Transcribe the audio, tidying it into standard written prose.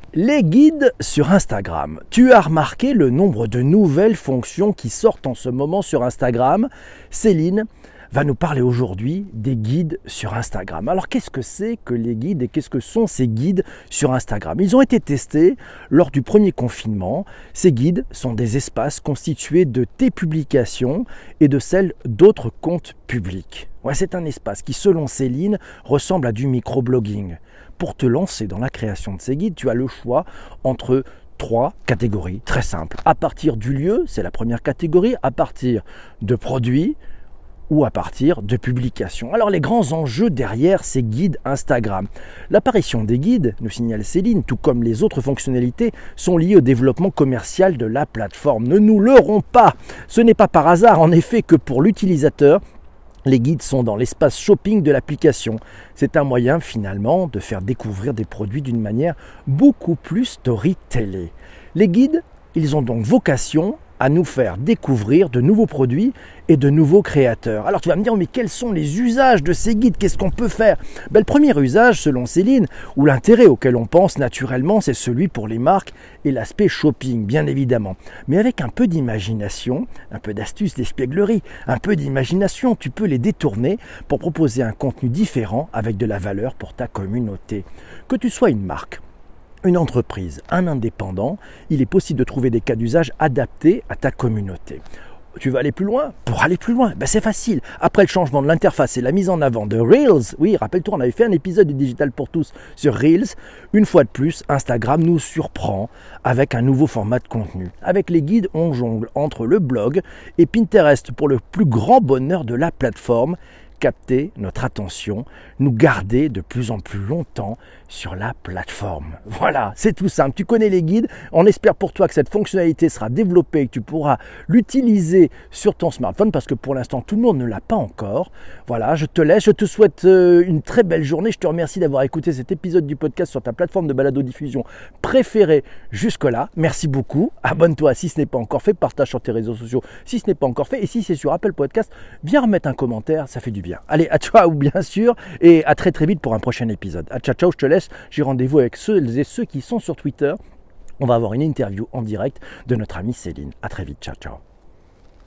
Les guides sur Instagram. Tu as remarqué le nombre de nouvelles fonctions qui sortent en ce moment sur Instagram? Céline va nous parler aujourd'hui des guides sur Instagram. Alors qu'est-ce que c'est que les guides et qu'est-ce que sont ces guides sur Instagram? Ils ont été testés lors du premier confinement. Ces guides sont des espaces constitués de tes publications et de celles d'autres comptes publics. Ouais, c'est un espace qui, selon Céline, ressemble à du microblogging. Pour te lancer dans la création de ces guides, tu as le choix entre 3 catégories très simples. À partir du lieu, c'est la première catégorie, à partir de produits ou à partir de publications. Alors les grands enjeux derrière ces guides Instagram. L'apparition des guides, nous signale Céline, tout comme les autres fonctionnalités, sont liées au développement commercial de la plateforme. Ne nous leurrons pas, ce n'est pas par hasard en effet que pour l'utilisateur, les guides sont dans l'espace shopping de l'application. C'est un moyen finalement de faire découvrir des produits d'une manière beaucoup plus storytellée. Les guides, ils ont donc vocation à nous faire découvrir de nouveaux produits et de nouveaux créateurs. Alors tu vas me dire, mais quels sont les usages de ces guides? Qu'est-ce qu'on peut faire? Le premier usage, selon Céline, ou l'intérêt auquel on pense naturellement, c'est celui pour les marques et l'aspect shopping, bien évidemment. Mais avec un peu d'imagination, un peu d'astuce, d'espièglerie, un peu d'imagination, tu peux les détourner pour proposer un contenu différent avec de la valeur pour ta communauté. Que tu sois une marque, une entreprise, un indépendant, il est possible de trouver des cas d'usage adaptés à ta communauté. Tu veux aller plus loin? Pour aller plus loin, c'est facile. Après le changement de l'interface et la mise en avant de Reels, oui, rappelle-toi, on avait fait un épisode du Digital pour tous sur Reels. Une fois de plus, Instagram nous surprend avec un nouveau format de contenu. Avec les guides, on jongle entre le blog et Pinterest pour le plus grand bonheur de la plateforme. Capter notre attention, nous garder de plus en plus longtemps sur la plateforme. Voilà, c'est tout simple. Tu connais les guides. On espère pour toi que cette fonctionnalité sera développée et que tu pourras l'utiliser sur ton smartphone parce que pour l'instant, tout le monde ne l'a pas encore. Voilà, je te laisse. Je te souhaite une très belle journée. Je te remercie d'avoir écouté cet épisode du podcast sur ta plateforme de balado-diffusion préférée jusque-là. Merci beaucoup. Abonne-toi si ce n'est pas encore fait. Partage sur tes réseaux sociaux si ce n'est pas encore fait. Et si c'est sur Apple Podcast, viens remettre un commentaire. Ça fait du bien. Allez, à toi ou bien sûr, et à très très vite pour un prochain épisode. Ciao, ciao, je te laisse. J'ai rendez-vous avec ceux et ceux qui sont sur Twitter. On va avoir une interview en direct de notre amie Céline. À très vite, ciao, ciao.